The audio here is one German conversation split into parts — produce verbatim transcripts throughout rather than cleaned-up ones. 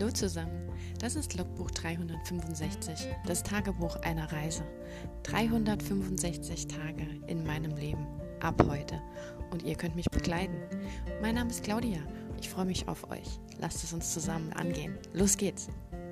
Hallo zusammen, das ist Logbuch dreihundertfünfundsechzig, das Tagebuch einer Reise. dreihundertfünfundsechzig Tage in meinem Leben, ab heute. Und ihr könnt mich begleiten. Mein Name ist Claudia, ich freue mich auf euch. Lasst es uns zusammen angehen. Los geht's!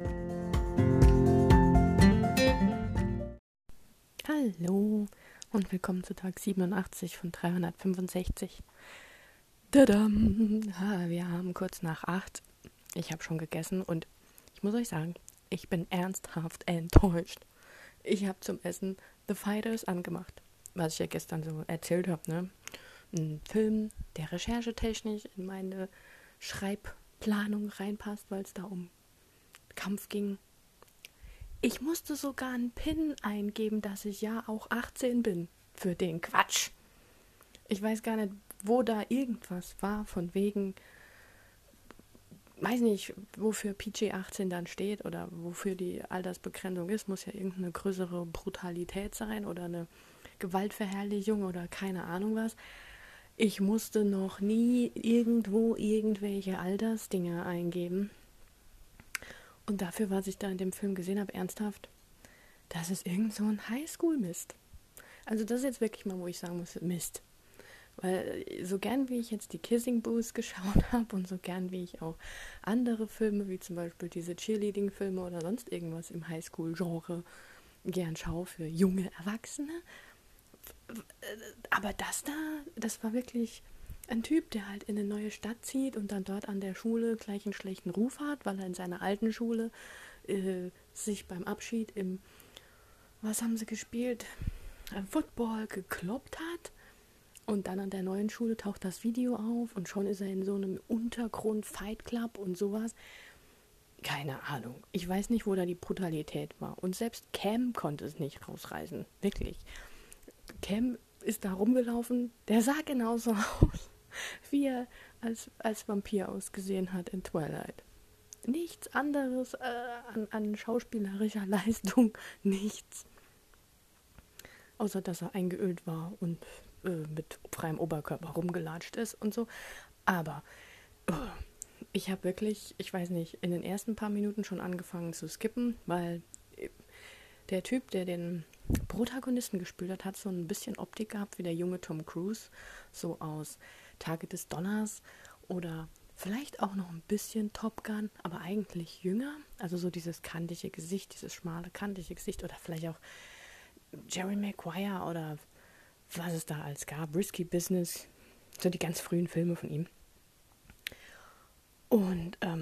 Hallo und willkommen zu Tag siebenundachtzig von dreihundertfünfundsechzig. Tadam! Ha, wir haben kurz nach acht. Ich habe schon gegessen und ich muss euch sagen, ich bin ernsthaft enttäuscht. Ich habe zum Essen The Fighters angemacht, was ich ja gestern so erzählt habe, ne? Ein Film, der recherchetechnisch in meine Schreibplanung reinpasst, weil es da um Kampf ging. Ich musste sogar einen Pin eingeben, dass ich ja auch achtzehn bin für den Quatsch. Ich weiß gar nicht, wo da irgendwas war, von wegen, weiß nicht, wofür P G achtzehn dann steht oder wofür die Altersbegrenzung ist. Muss ja irgendeine größere Brutalität sein oder eine Gewaltverherrlichung oder keine Ahnung was. Ich musste noch nie irgendwo irgendwelche Altersdinge eingeben. Und dafür, was ich da in dem Film gesehen habe, ernsthaft, das ist irgend so ein Highschool-Mist. Also das ist jetzt wirklich mal, wo ich sagen muss, Mist. Weil so gern wie ich jetzt die Kissing Booth geschaut habe und so gern wie ich auch andere Filme, wie zum Beispiel diese Cheerleading-Filme oder sonst irgendwas im Highschool-Genre gern schaue für junge Erwachsene. Aber das da, das war wirklich ein Typ, der halt in eine neue Stadt zieht und dann dort an der Schule gleich einen schlechten Ruf hat, weil er in seiner alten Schule äh, sich beim Abschied im, was haben sie gespielt, äh, Football gekloppt hat. Und dann an der neuen Schule taucht das Video auf und schon ist er in so einem Untergrund-Fight-Club und sowas. Keine Ahnung. Ich weiß nicht, wo da die Brutalität war. Und selbst Cam konnte es nicht rausreißen. Wirklich. Cam ist da rumgelaufen. Der sah genauso aus, wie er als, als Vampir ausgesehen hat in Twilight. Nichts anderes äh, an, an schauspielerischer Leistung. Nichts. Außer, dass er eingeölt war und mit freiem Oberkörper rumgelatscht ist und so. Aber oh, ich habe wirklich, ich weiß nicht, in den ersten paar Minuten schon angefangen zu skippen, weil der Typ, der den Protagonisten gespielt hat, hat so ein bisschen Optik gehabt wie der junge Tom Cruise, so aus Tage des Donners oder vielleicht auch noch ein bisschen Top Gun, aber eigentlich jünger. Also so dieses kantige Gesicht, dieses schmale, kantige Gesicht oder vielleicht auch Jerry Maguire oder was es da als gab, Risky Business, so die ganz frühen Filme von ihm. Und ähm,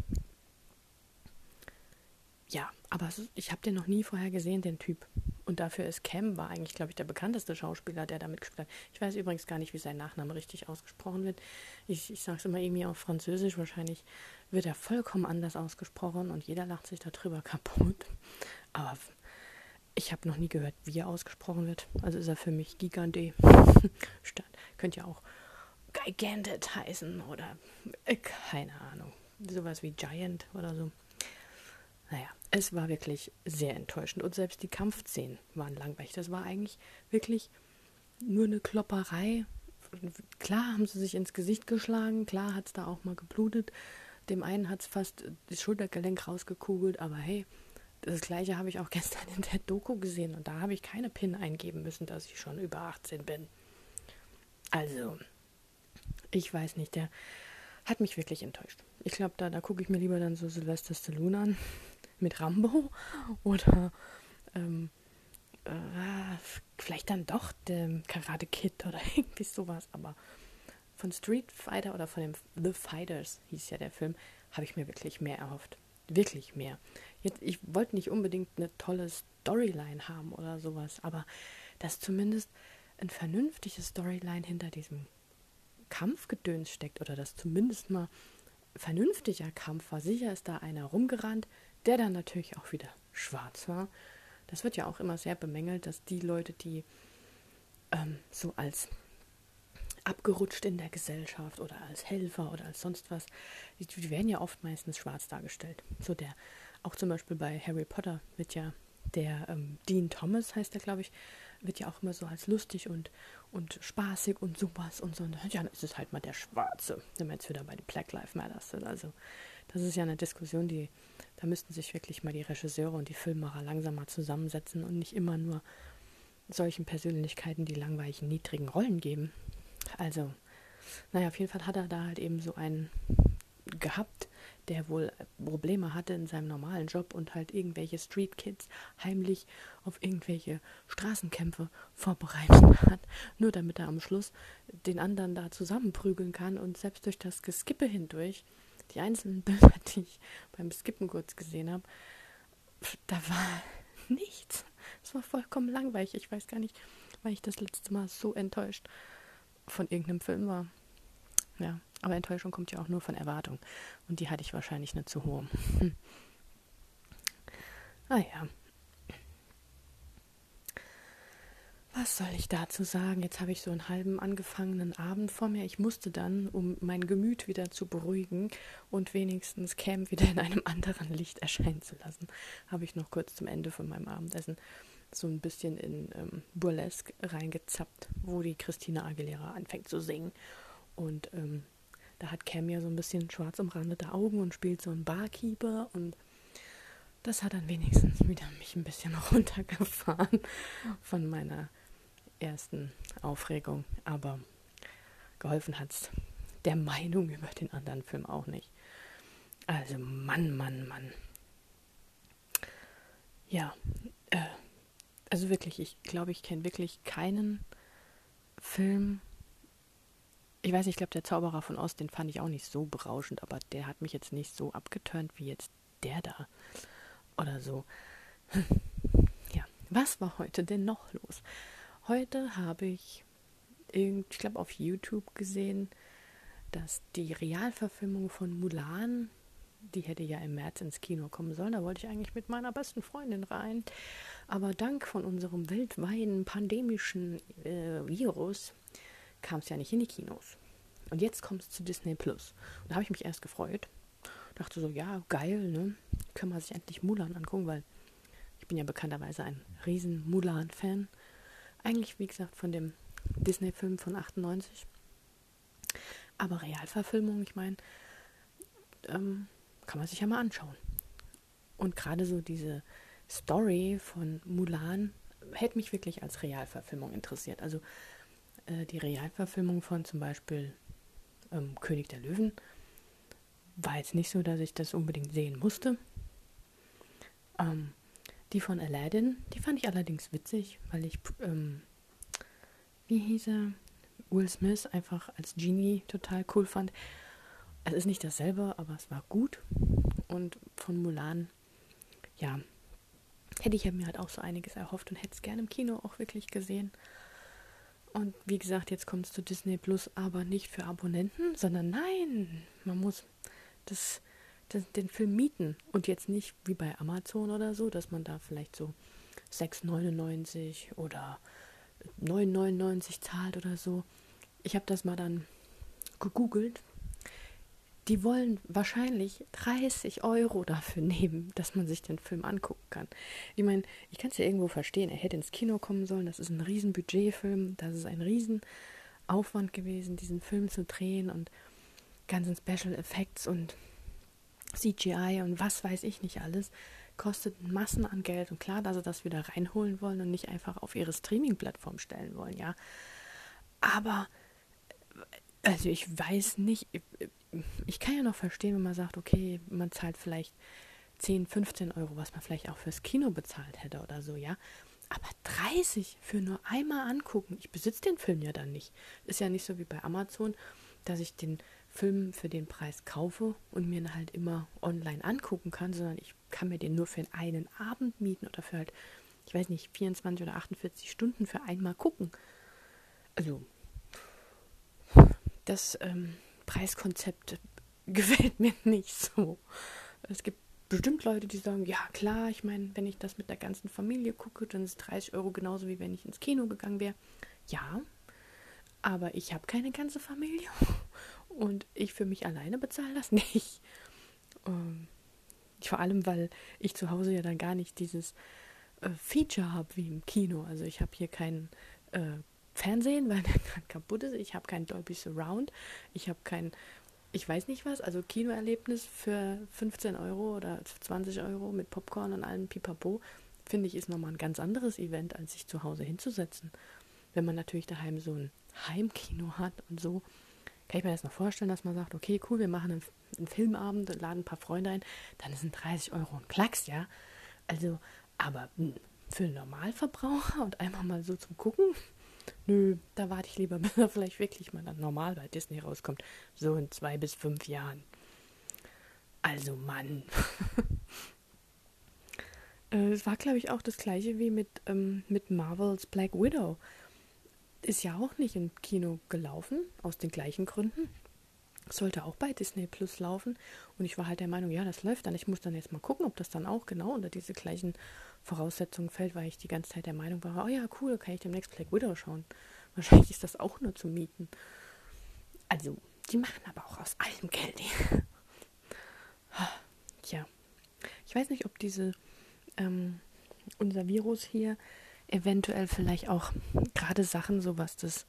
ja, aber ich habe den noch nie vorher gesehen, den Typ. Und dafür ist Cam, war eigentlich, glaube ich, der bekannteste Schauspieler, der da mitgespielt hat. Ich weiß übrigens gar nicht, wie sein Nachname richtig ausgesprochen wird. Ich, ich sage es immer irgendwie auf Französisch, wahrscheinlich wird er vollkommen anders ausgesprochen und jeder lacht sich darüber kaputt. Aber ich habe noch nie gehört, wie er ausgesprochen wird. Also ist er für mich Gigante. Könnte ja auch Giganted heißen oder äh, keine Ahnung. Sowas wie Giant oder so. Naja, es war wirklich sehr enttäuschend. Und selbst die Kampfszenen waren langweilig. Das war eigentlich wirklich nur eine Klopperei. Klar haben sie sich ins Gesicht geschlagen. Klar hat es da auch mal geblutet. Dem einen hat es fast das Schultergelenk rausgekugelt. Aber hey, das Gleiche habe ich auch gestern in der Doku gesehen und da habe ich keine PIN eingeben müssen, dass ich schon über achtzehn bin. Also, ich weiß nicht, der hat mich wirklich enttäuscht. Ich glaube, da, da gucke ich mir lieber dann so Sylvester Stallone an mit Rambo oder ähm, äh, vielleicht dann doch der Karate Kid oder irgendwie sowas, aber von Street Fighter oder von dem The Fighters hieß ja der Film, habe ich mir wirklich mehr erhofft. Wirklich mehr. Jetzt, ich wollte nicht unbedingt eine tolle Storyline haben oder sowas, aber dass zumindest ein vernünftiges Storyline hinter diesem Kampfgedöns steckt oder dass zumindest mal vernünftiger Kampf war. Sicher ist da einer rumgerannt, der dann natürlich auch wieder schwarz war. Das wird ja auch immer sehr bemängelt, dass die Leute, die ähm, so als abgerutscht in der Gesellschaft oder als Helfer oder als sonst was, die, die werden ja oft meistens schwarz dargestellt. So der, auch zum Beispiel bei Harry Potter wird ja der ähm, Dean Thomas, heißt der, glaube ich, wird ja auch immer so als lustig und, und spaßig und sowas und so. Und ja, dann ist es halt mal der Schwarze, wenn wir jetzt wieder bei den Black Lives Matter sind. Also das ist ja eine Diskussion, die, da müssten sich wirklich mal die Regisseure und die Filmemacher langsam mal zusammensetzen und nicht immer nur solchen Persönlichkeiten die langweiligen, niedrigen Rollen geben. Also, naja, auf jeden Fall hat er da halt eben so einen gehabt, der wohl Probleme hatte in seinem normalen Job und halt irgendwelche Street Kids heimlich auf irgendwelche Straßenkämpfe vorbereitet hat, nur damit er am Schluss den anderen da zusammenprügeln kann. Und selbst durch das Geskippe hindurch, die einzelnen Bilder, die ich beim Skippen kurz gesehen habe, da war nichts. Es war vollkommen langweilig. Ich weiß gar nicht, weil ich das letzte Mal so enttäuscht von irgendeinem Film war. Ja, aber Enttäuschung kommt ja auch nur von Erwartung. Und die hatte ich wahrscheinlich nicht zu hoch. Hm. Ah ja. Was soll ich dazu sagen? Jetzt habe ich so einen halben angefangenen Abend vor mir. Ich musste dann, um mein Gemüt wieder zu beruhigen und wenigstens Cam wieder in einem anderen Licht erscheinen zu lassen, habe ich noch kurz zum Ende von meinem Abendessen so ein bisschen in ähm, Burlesque reingezappt, wo die Christina Aguilera anfängt zu singen. Und ähm, da hat Cam ja so ein bisschen schwarz umrandete Augen und spielt so einen Barkeeper. Und das hat dann wenigstens wieder mich ein bisschen runtergefahren von meiner ersten Aufregung. Aber geholfen hat's der Meinung über den anderen Film auch nicht. Also Mann, Mann, Mann. Ja, äh, also wirklich, ich glaube, ich kenne wirklich keinen Film. Ich weiß nicht, ich glaube, der Zauberer von Oz, den fand ich auch nicht so berauschend, aber der hat mich jetzt nicht so abgeturnt wie jetzt der da oder so. Ja, was war heute denn noch los? Heute habe ich, ich glaube, auf YouTube gesehen, dass die Realverfilmung von Mulan, die hätte ja im März ins Kino kommen sollen, da wollte ich eigentlich mit meiner besten Freundin rein, aber dank von unserem weltweiten pandemischen äh, Virus kam es ja nicht in die Kinos. Und jetzt kommt es zu Disney Plus. Und da habe ich mich erst gefreut. Dachte so, ja, geil, ne? Können wir sich endlich Mulan angucken, weil ich bin ja bekannterweise ein riesen Mulan-Fan. Eigentlich, wie gesagt, von dem Disney-Film von achtundneunzig. Aber Realverfilmung, ich meine, ähm, kann man sich ja mal anschauen. Und gerade so diese Story von Mulan hätte mich wirklich als Realverfilmung interessiert. Also äh, die Realverfilmung von zum Beispiel ähm, König der Löwen war jetzt nicht so, dass ich das unbedingt sehen musste. Ähm, die von Aladdin, die fand ich allerdings witzig, weil ich, ähm, wie hieß er, Will Smith einfach als Genie total cool fand. Es ist nicht dasselbe, aber es war gut. Und von Mulan, ja, hätte ich ja mir halt auch so einiges erhofft und hätte es gerne im Kino auch wirklich gesehen. Und wie gesagt, jetzt kommt es zu Disney Plus, aber nicht für Abonnenten, sondern nein, man muss das, das, den Film mieten. Und jetzt nicht wie bei Amazon oder so, dass man da vielleicht so sechs neunundneunzig oder neun neunundneunzig zahlt oder so. Ich habe das mal dann gegoogelt. Die wollen wahrscheinlich dreißig Euro dafür nehmen, dass man sich den Film angucken kann. Ich meine, ich kann es ja irgendwo verstehen, er hätte ins Kino kommen sollen, das ist ein riesen Budgetfilm, das ist ein riesen Aufwand gewesen, diesen Film zu drehen und ganzen Special Effects und C G I und was weiß ich nicht alles, kostet Massen an Geld und klar, dass sie das wieder reinholen wollen und nicht einfach auf ihre Streaming-Plattform stellen wollen, ja. Aber, also ich weiß nicht, ich kann ja noch verstehen, wenn man sagt, okay, man zahlt vielleicht zehn, fünfzehn Euro, was man vielleicht auch fürs Kino bezahlt hätte oder so, ja. Aber dreißig für nur einmal angucken, ich besitze den Film ja dann nicht. Ist ja nicht so wie bei Amazon, dass ich den Film für den Preis kaufe und mir ihn halt immer online angucken kann, sondern ich kann mir den nur für einen Abend mieten oder für halt, ich weiß nicht, vierundzwanzig oder achtundvierzig Stunden für einmal gucken. Also, das ähm, Preiskonzept gefällt mir nicht so. Es gibt bestimmt Leute, die sagen, ja klar, ich meine, wenn ich das mit der ganzen Familie gucke, dann ist dreißig Euro genauso, wie wenn ich ins Kino gegangen wäre. Ja, aber ich habe keine ganze Familie und ich für mich alleine bezahle das nicht. Ähm, vor allem, weil ich zu Hause ja dann gar nicht dieses äh, Feature habe wie im Kino. Also ich habe hier kein äh, Fernsehen, weil der gerade kaputt ist. Ich habe kein Dolby Surround. Ich habe kein, ich weiß nicht was. Also Kinoerlebnis für fünfzehn Euro oder zwanzig Euro mit Popcorn und allem Pipapo, finde ich, ist nochmal ein ganz anderes Event, als sich zu Hause hinzusetzen. Wenn man natürlich daheim so ein Heimkino hat und so, kann ich mir das noch vorstellen, dass man sagt, okay, cool, wir machen einen, einen Filmabend und laden ein paar Freunde ein, dann sind dreißig Euro ein Klacks, ja. Also, aber mh, für einen Normalverbraucher und einmal mal so zum Gucken, nö, da warte ich lieber, bis er vielleicht wirklich mal dann normal bei Disney rauskommt. So in zwei bis fünf Jahren. Also, Mann. äh, es war, glaube ich, auch das gleiche wie mit, ähm, mit Marvels Black Widow. Ist ja auch nicht im Kino gelaufen, aus den gleichen Gründen. Sollte auch bei Disney Plus laufen. Und ich war halt der Meinung, ja, das läuft dann. Ich muss dann jetzt mal gucken, ob das dann auch genau unter diese gleichen Voraussetzungen fällt, weil ich die ganze Zeit der Meinung war, oh ja, cool, kann ich demnächst Black Widow schauen. Wahrscheinlich ist das auch nur zu mieten. Also, die machen aber auch aus allem Geld. Tja, ich weiß nicht, ob diese, ähm, unser Virus hier eventuell vielleicht auch gerade Sachen, so was das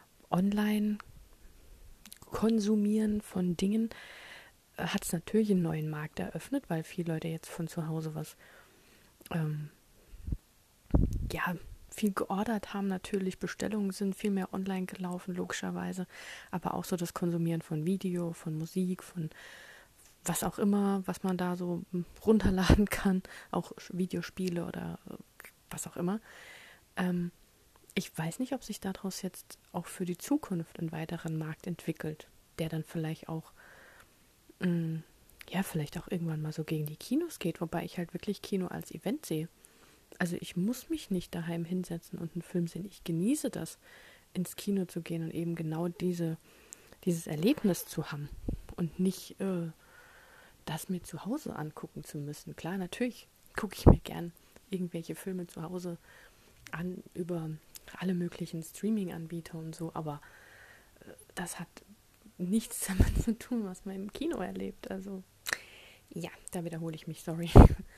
Online-Konsumieren von Dingen, äh, hat es natürlich einen neuen Markt eröffnet, weil viele Leute jetzt von zu Hause was, ähm, ja, viel geordert haben natürlich, Bestellungen sind viel mehr online gelaufen, logischerweise, aber auch so das Konsumieren von Video, von Musik, von was auch immer, was man da so runterladen kann, auch Videospiele oder was auch immer. Ähm, ich weiß nicht, ob sich daraus jetzt auch für die Zukunft einen weiteren Markt entwickelt, der dann vielleicht auch, mh, ja, vielleicht auch irgendwann mal so gegen die Kinos geht, wobei ich halt wirklich Kino als Event sehe. Also ich muss mich nicht daheim hinsetzen und einen Film sehen. Ich genieße das, ins Kino zu gehen und eben genau diese, dieses Erlebnis zu haben und nicht äh, das mir zu Hause angucken zu müssen. Klar, natürlich gucke ich mir gern irgendwelche Filme zu Hause an über alle möglichen Streaming-Anbieter und so, aber äh, das hat nichts damit zu tun, was man im Kino erlebt. Also ja, da wiederhole ich mich, sorry.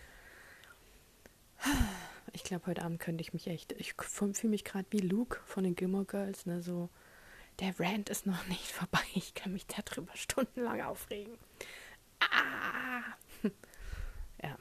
Ich glaube, heute Abend könnte ich mich echt, ich fühle mich gerade wie Luke von den Gilmore Girls, ne, so, der Rant ist noch nicht vorbei, ich kann mich darüber stundenlang aufregen. Ah! Ja.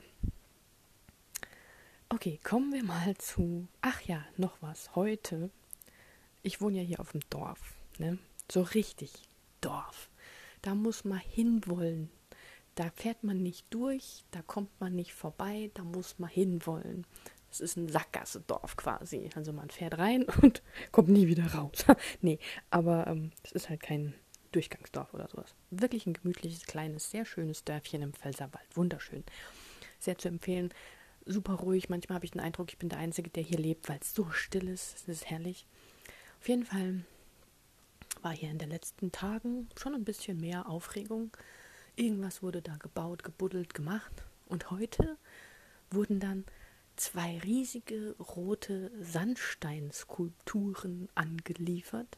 Okay, kommen wir mal zu, ach ja, noch was, heute, ich wohne ja hier auf dem Dorf, ne, so richtig Dorf, da muss man hinwollen, da fährt man nicht durch, da kommt man nicht vorbei, da muss man hinwollen. Es ist ein Sackgasse-Dorf quasi. Also man fährt rein und kommt nie wieder raus. Nee, aber ähm, es ist halt kein Durchgangsdorf oder sowas. Wirklich ein gemütliches, kleines, sehr schönes Dörfchen im Pfälzerwald. Wunderschön. Sehr zu empfehlen. Super ruhig. Manchmal habe ich den Eindruck, ich bin der Einzige, der hier lebt, weil es so still ist. Es ist herrlich. Auf jeden Fall war hier in den letzten Tagen schon ein bisschen mehr Aufregung. Irgendwas wurde da gebaut, gebuddelt, gemacht. Und heute wurden dann zwei riesige rote Sandsteinskulpturen angeliefert.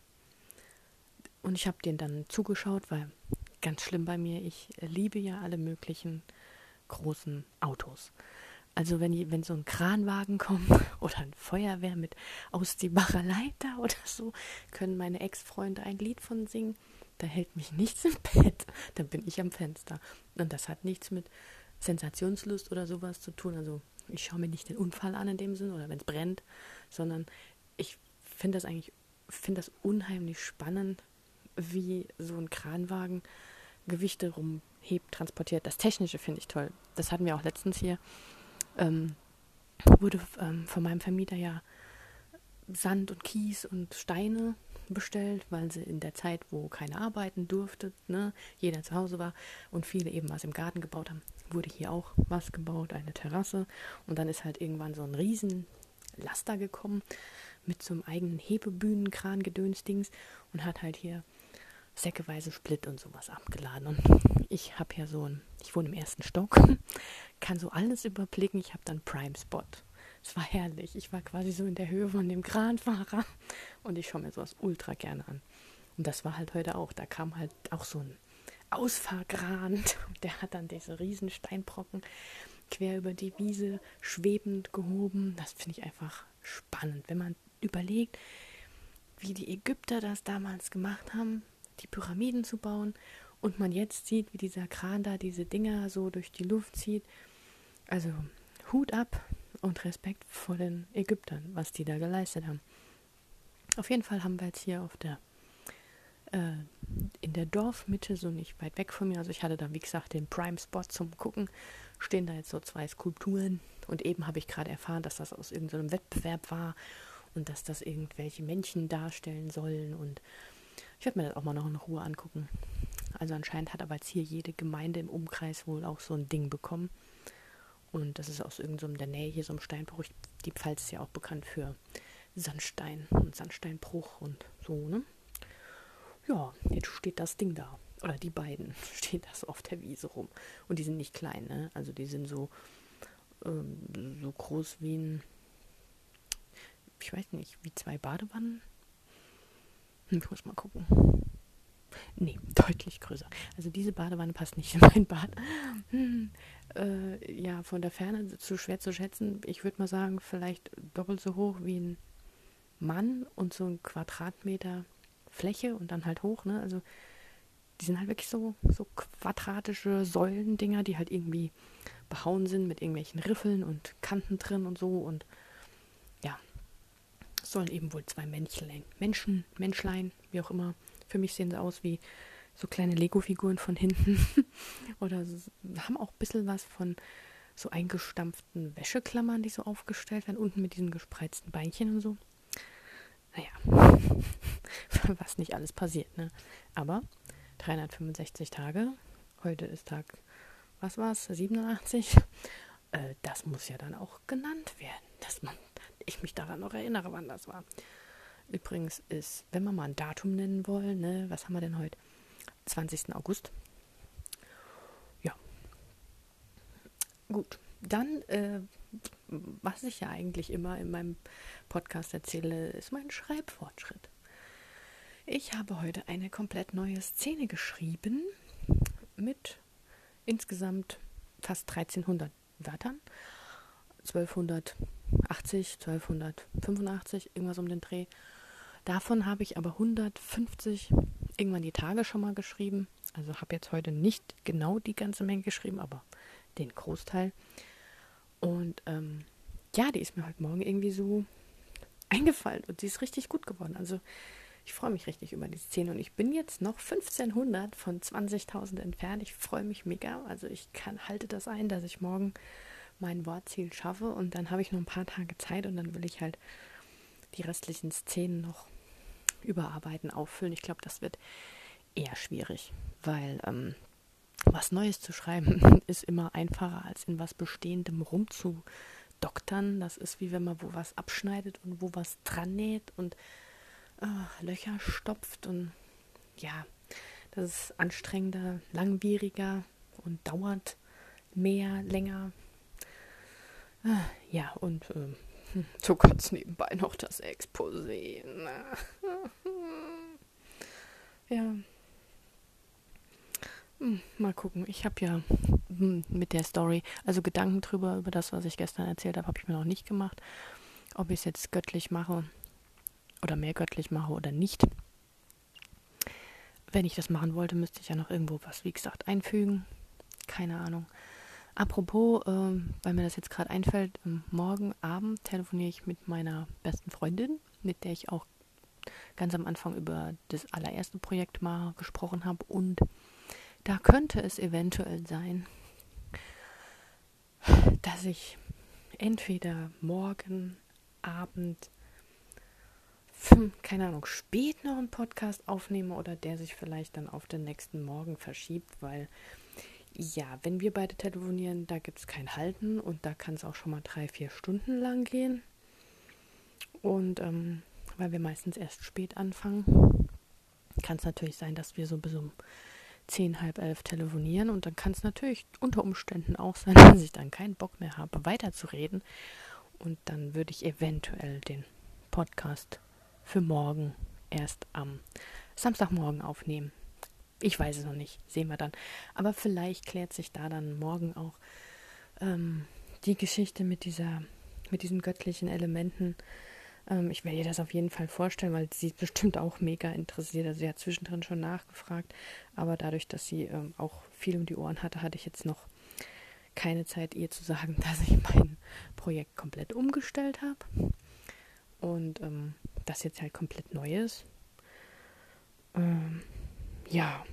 Und ich habe denen dann zugeschaut, weil ganz schlimm bei mir, ich liebe ja alle möglichen großen Autos. Also wenn, wenn so ein Kranwagen kommt oder ein Feuerwehr mit ausziehbarer Leiter oder so, können meine Ex-Freunde ein Lied von singen. Da hält mich nichts im Bett, dann bin ich am Fenster. Und das hat nichts mit Sensationslust oder sowas zu tun. Also ich schaue mir nicht den Unfall an in dem Sinn oder wenn es brennt, sondern ich finde das eigentlich, finde das unheimlich spannend, wie so ein Kranwagen Gewichte rumhebt, transportiert. Das Technische finde ich toll. Das hatten wir auch letztens hier. Ähm, wurde ähm, von meinem Vermieter ja Sand und Kies und Steine bestellt, weil sie in der Zeit, wo keiner arbeiten durfte, ne, jeder zu Hause war und viele eben was im Garten gebaut haben, wurde hier auch was gebaut, eine Terrasse. Und dann ist halt irgendwann so ein riesen Laster gekommen mit so einem eigenen Hebebühnenkran-Gedönsdings und hat halt hier säckeweise Split und sowas abgeladen. Und ich habe ja so ein, ich wohne im ersten Stock, kann so alles überblicken. Ich habe dann Prime Spot. Es war herrlich. Ich war quasi so in der Höhe von dem Kranfahrer und ich schaue mir sowas ultra gerne an. Und das war halt heute auch. Da kam halt auch so ein Ausfahrkran und der hat dann diese riesen Steinbrocken quer über die Wiese schwebend gehoben. Das finde ich einfach spannend, wenn man überlegt, wie die Ägypter das damals gemacht haben, die Pyramiden zu bauen, und man jetzt sieht, wie dieser Kran da diese Dinger so durch die Luft zieht. Also Hut ab und Respekt vor den Ägyptern, was die da geleistet haben. Auf jeden Fall haben wir jetzt hier auf der äh, in der Dorfmitte, so nicht weit weg von mir, also ich hatte da wie gesagt den Prime-Spot zum Gucken, stehen da jetzt so zwei Skulpturen, und eben habe ich gerade erfahren, dass das aus irgendeinem Wettbewerb war und dass das irgendwelche Männchen darstellen sollen, und ich werde mir das auch mal noch in Ruhe angucken. Also anscheinend hat aber jetzt hier jede Gemeinde im Umkreis wohl auch so ein Ding bekommen. Und das ist aus irgendeinem der Nähe hier so einem Steinbruch. Die Pfalz ist ja auch bekannt für Sandstein und Sandsteinbruch und so, ne? Ja, jetzt steht das Ding da. Oder die beiden stehen da so auf der Wiese rum. Und die sind nicht klein, ne? Also die sind so, ähm, so groß wie ein, ich weiß nicht, wie zwei Badewannen. Ich muss mal gucken. Nee, deutlich größer. Also diese Badewanne passt nicht in mein Bad. Hm, äh, ja, von der Ferne zu schwer zu schätzen. Ich würde mal sagen, vielleicht doppelt so hoch wie ein Mann und so ein Quadratmeter Fläche und dann halt hoch, ne? Also die sind halt wirklich so, so quadratische Säulendinger, die halt irgendwie behauen sind mit irgendwelchen Riffeln und Kanten drin und so, und ja, es sollen eben wohl zwei Männchlein, Menschen, Menschlein, wie auch immer. Für mich sehen sie aus wie so kleine Lego-Figuren von hinten. Oder so, haben auch ein bisschen was von so eingestampften Wäscheklammern, die so aufgestellt werden, unten mit diesen gespreizten Beinchen und so. Naja, was nicht alles passiert, ne? Aber dreihundertfünfundsechzig Tage, heute ist Tag, was war's, siebenundachtzig, äh, das muss ja dann auch genannt werden, dass man, ich mich daran noch erinnere, wann das war. Übrigens ist, wenn wir mal ein Datum nennen wollen, ne, was haben wir denn heute? zwanzigsten August. Ja. Gut. Dann, äh, was ich ja eigentlich immer in meinem Podcast erzähle, ist mein Schreibfortschritt. Ich habe heute eine komplett neue Szene geschrieben mit insgesamt fast dreizehnhundert Wörtern. zwölfhundertachtzig, zwölfhundertfünfundachtzig, irgendwas um den Dreh. Davon habe ich aber hundertfünfzig irgendwann die Tage schon mal geschrieben. Also habe jetzt heute nicht genau die ganze Menge geschrieben, aber den Großteil. Und ähm, ja, die ist mir heute Morgen irgendwie so eingefallen und sie ist richtig gut geworden. Also ich freue mich richtig über die Szene und ich bin jetzt noch fünfzehnhundert von zwanzigtausend entfernt. Ich freue mich mega. Also ich kann, halte das ein, dass ich morgen mein Wortziel schaffe, und dann habe ich noch ein paar Tage Zeit und dann will ich halt die restlichen Szenen noch überarbeiten, auffüllen. Ich glaube, das wird eher schwierig, weil ähm, was Neues zu schreiben ist immer einfacher, als in was Bestehendem rumzudoktern. Das ist wie wenn man wo was abschneidet und wo was dran näht und äh, Löcher stopft, und ja, das ist anstrengender, langwieriger und dauert mehr, länger. Äh, ja, und äh, so ganz nebenbei noch das Exposé. Ja. Hm, mal gucken. Ich habe ja hm, mit der Story, also Gedanken drüber, über das, was ich gestern erzählt habe, habe ich mir noch nicht gemacht. Ob ich es jetzt göttlich mache oder mehr göttlich mache oder nicht. Wenn ich das machen wollte, müsste ich ja noch irgendwo was, wie gesagt, einfügen. Keine Ahnung. Apropos, ähm, weil mir das jetzt gerade einfällt, ähm, morgen Abend telefoniere ich mit meiner besten Freundin, mit der ich auch ganz am Anfang über das allererste Projekt mal gesprochen habe, und da könnte es eventuell sein, dass ich entweder morgen Abend, fünf, keine Ahnung, spät noch einen Podcast aufnehme oder der sich vielleicht dann auf den nächsten Morgen verschiebt, weil ja, wenn wir beide telefonieren, da gibt es kein Halten und da kann es auch schon mal drei, vier Stunden lang gehen. Und ähm, weil wir meistens erst spät anfangen, kann es natürlich sein, dass wir so bis um zehn, halb elf telefonieren, und dann kann es natürlich unter Umständen auch sein, dass ich dann keinen Bock mehr habe, weiterzureden, und dann würde ich eventuell den Podcast für morgen erst am Samstagmorgen aufnehmen. Ich weiß es noch nicht, sehen wir dann. Aber vielleicht klärt sich da dann morgen auch ähm, die Geschichte mit dieser, mit diesen göttlichen Elementen, ähm, ich werde ihr das auf jeden Fall vorstellen, weil sie ist bestimmt auch mega interessiert. Also sie hat zwischendrin schon nachgefragt, aber dadurch, dass sie ähm, auch viel um die Ohren hatte, hatte ich jetzt noch keine Zeit, ihr zu sagen, dass ich mein Projekt komplett umgestellt habe und ähm, das jetzt halt komplett neu ist. Ähm, ja.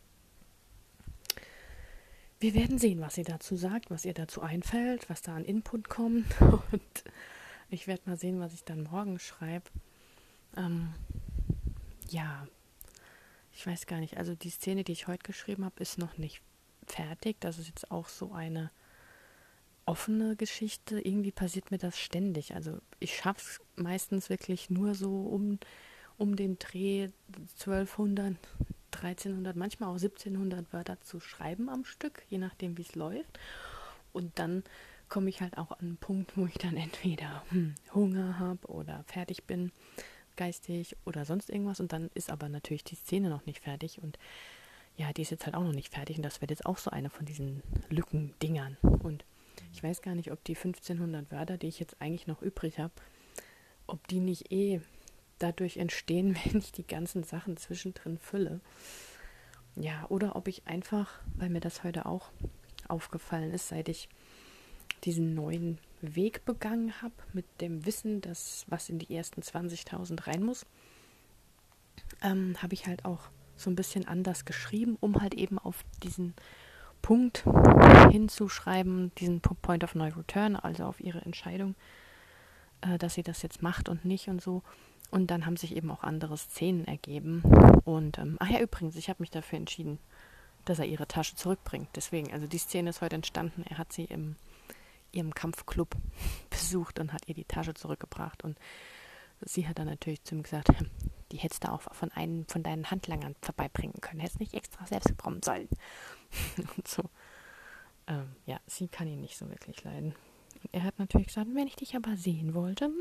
Wir werden sehen, was sie dazu sagt, was ihr dazu einfällt, was da an Input kommt. Und ich werde mal sehen, was ich dann morgen schreibe. Ähm, ja, ich weiß gar nicht. Also die Szene, die ich heute geschrieben habe, ist noch nicht fertig. Das ist jetzt auch so eine offene Geschichte. Irgendwie passiert mir das ständig. Also ich schaffe es meistens wirklich nur so um, um den Dreh zwölfhundert, dreizehnhundert, manchmal auch siebzehnhundert Wörter zu schreiben am Stück, je nachdem, wie es läuft. Und dann komme ich halt auch an einen Punkt, wo ich dann entweder hm, Hunger habe oder fertig bin, geistig oder sonst irgendwas. Und dann ist aber natürlich die Szene noch nicht fertig. Und ja, die ist jetzt halt auch noch nicht fertig. Und das wird jetzt auch so eine von diesen Lückendingern. Und ich weiß gar nicht, ob die fünfzehnhundert Wörter, die ich jetzt eigentlich noch übrig habe, ob die nicht eh dadurch entstehen, wenn ich die ganzen Sachen zwischendrin fülle. Ja, oder ob ich einfach, weil mir das heute auch aufgefallen ist, seit ich diesen neuen Weg begangen habe, mit dem Wissen, dass was in die ersten zwanzigtausend rein muss, ähm, habe ich halt auch so ein bisschen anders geschrieben, um halt eben auf diesen Punkt hinzuschreiben, diesen Point of No Return, also auf ihre Entscheidung, äh, dass sie das jetzt macht und nicht und so. Und dann haben sich eben auch andere Szenen ergeben. Und, ähm, ach ja, übrigens, ich habe mich dafür entschieden, dass er ihre Tasche zurückbringt. Deswegen, also die Szene ist heute entstanden. Er hat sie im ihrem Kampfclub besucht und hat ihr die Tasche zurückgebracht. Und sie hat dann natürlich zu ihm gesagt, die hättest du auch von einem von deinen Handlangern vorbeibringen können. Hättest nicht extra selbst kommen sollen. Und so. Ähm, ja, sie kann ihn nicht so wirklich leiden. Und er hat natürlich gesagt, wenn ich dich aber sehen wollte.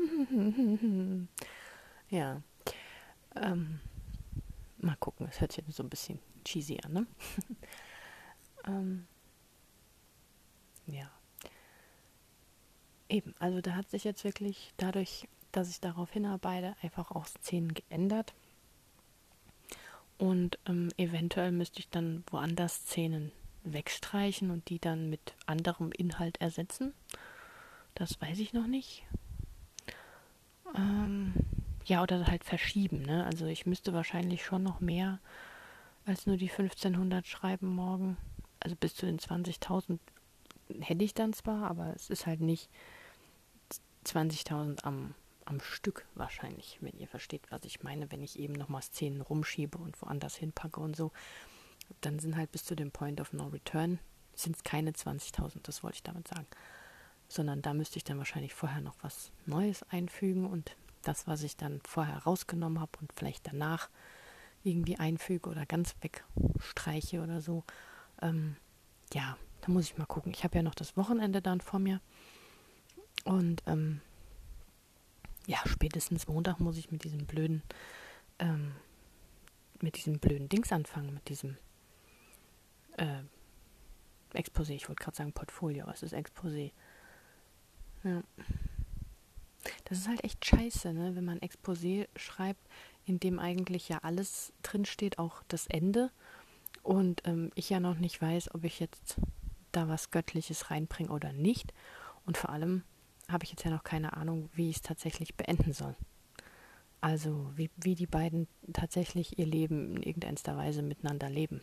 Ja. Ähm, mal gucken, es hört sich so ein bisschen cheesy an, ne? ähm, ja. Eben, also da hat sich jetzt wirklich dadurch, dass ich darauf hinarbeite, einfach auch Szenen geändert. Und ähm, eventuell müsste ich dann woanders Szenen wegstreichen und die dann mit anderem Inhalt ersetzen. Das weiß ich noch nicht. Ähm, ja, oder halt verschieben, ne? Also ich müsste wahrscheinlich schon noch mehr als nur die fünfzehnhundert schreiben morgen. Also bis zu den zwanzigtausend hätte ich dann zwar, aber es ist halt nicht zwanzigtausend am, am Stück wahrscheinlich, wenn ihr versteht, was ich meine, wenn ich eben nochmal Szenen rumschiebe und woanders hinpacke und so. Dann sind halt bis zu dem Point of No Return sind es keine zwanzigtausend, das wollte ich damit sagen. Sondern da müsste ich dann wahrscheinlich vorher noch was Neues einfügen und das, was ich dann vorher rausgenommen habe und vielleicht danach irgendwie einfüge oder ganz wegstreiche oder so. Ähm, ja, da muss ich mal gucken. Ich habe ja noch das Wochenende dann vor mir. Und ähm, ja, spätestens Montag muss ich mit diesem blöden, ähm, mit diesem blöden Dings anfangen, mit diesem äh, Exposé. Ich wollte gerade sagen Portfolio, aber es ist Exposé. Ja. Das ist halt echt scheiße, ne? Wenn man Exposé schreibt, in dem eigentlich ja alles drinsteht, auch das Ende. Und ähm, ich ja noch nicht weiß, ob ich jetzt da was Göttliches reinbringe oder nicht. Und vor allem habe ich jetzt ja noch keine Ahnung, wie ich es tatsächlich beenden soll. Also wie, wie die beiden tatsächlich ihr Leben in irgendeiner Weise miteinander leben.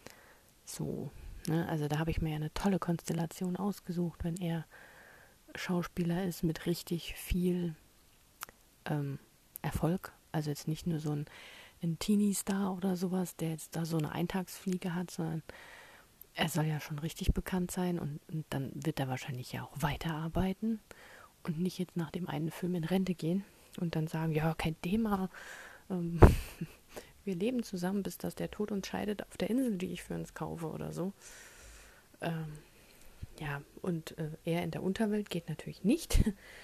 So, ne? Also da habe ich mir ja eine tolle Konstellation ausgesucht, wenn er Schauspieler ist mit richtig viel ähm, Erfolg. Also jetzt nicht nur so ein, ein Teenie-Star oder sowas, der jetzt da so eine Eintagsfliege hat, sondern er soll ja schon richtig bekannt sein und, und dann wird er wahrscheinlich ja auch weiterarbeiten und nicht jetzt nach dem einen Film in Rente gehen und dann sagen, ja, kein Thema, ähm, wir leben zusammen, bis dass der Tod uns scheidet auf der Insel, die ich für uns kaufe oder so. Ähm, ja, und äh, er in der Unterwelt geht natürlich nicht.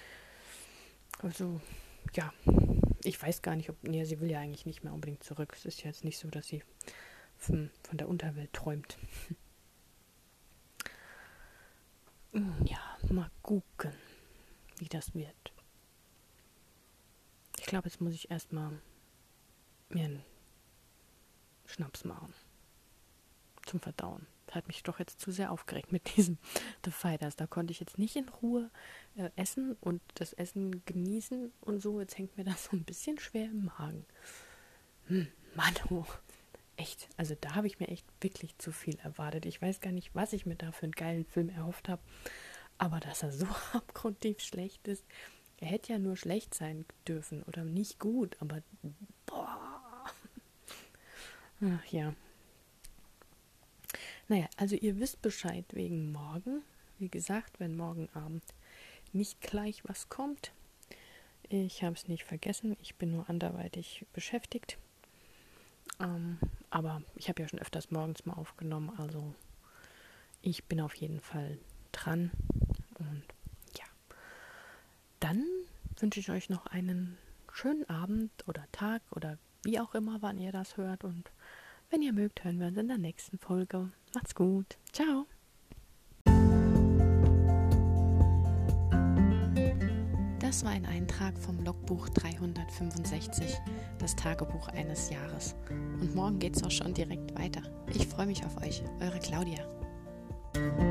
Also, ja, ich weiß gar nicht, ob, nee, sie will ja eigentlich nicht mehr unbedingt zurück. Es ist jetzt nicht so, dass sie von, von der Unterwelt träumt. Ja, mal gucken, wie das wird. Ich glaube, jetzt muss ich erstmal mir einen Schnaps machen. Zum Verdauen. Das hat mich doch jetzt zu sehr aufgeregt mit diesem The Fighters. Da konnte ich jetzt nicht in Ruhe äh, essen und das Essen genießen und so. Jetzt hängt mir das so ein bisschen schwer im Magen. Hm, Manu. Echt, also da habe ich mir echt wirklich zu viel erwartet. Ich weiß gar nicht, was ich mir da für einen geilen Film erhofft habe. Aber dass er so abgrundtief schlecht ist, er hätte ja nur schlecht sein dürfen oder nicht gut, aber boah. Ach ja. Naja, also ihr wisst Bescheid wegen morgen. Wie gesagt, wenn morgen Abend nicht gleich was kommt. Ich habe es nicht vergessen, ich bin nur anderweitig beschäftigt. Ähm, aber ich habe ja schon öfters morgens mal aufgenommen, also ich bin auf jeden Fall dran. Und ja, dann wünsche ich euch noch einen schönen Abend oder Tag oder wie auch immer, wann ihr das hört. Und wenn ihr mögt, hören wir uns in der nächsten Folge. Macht's gut. Ciao. Das war ein Eintrag vom Logbuch dreihundertfünfundsechzig, das Tagebuch eines Jahres. Und morgen geht's auch schon direkt weiter. Ich freue mich auf euch, eure Claudia.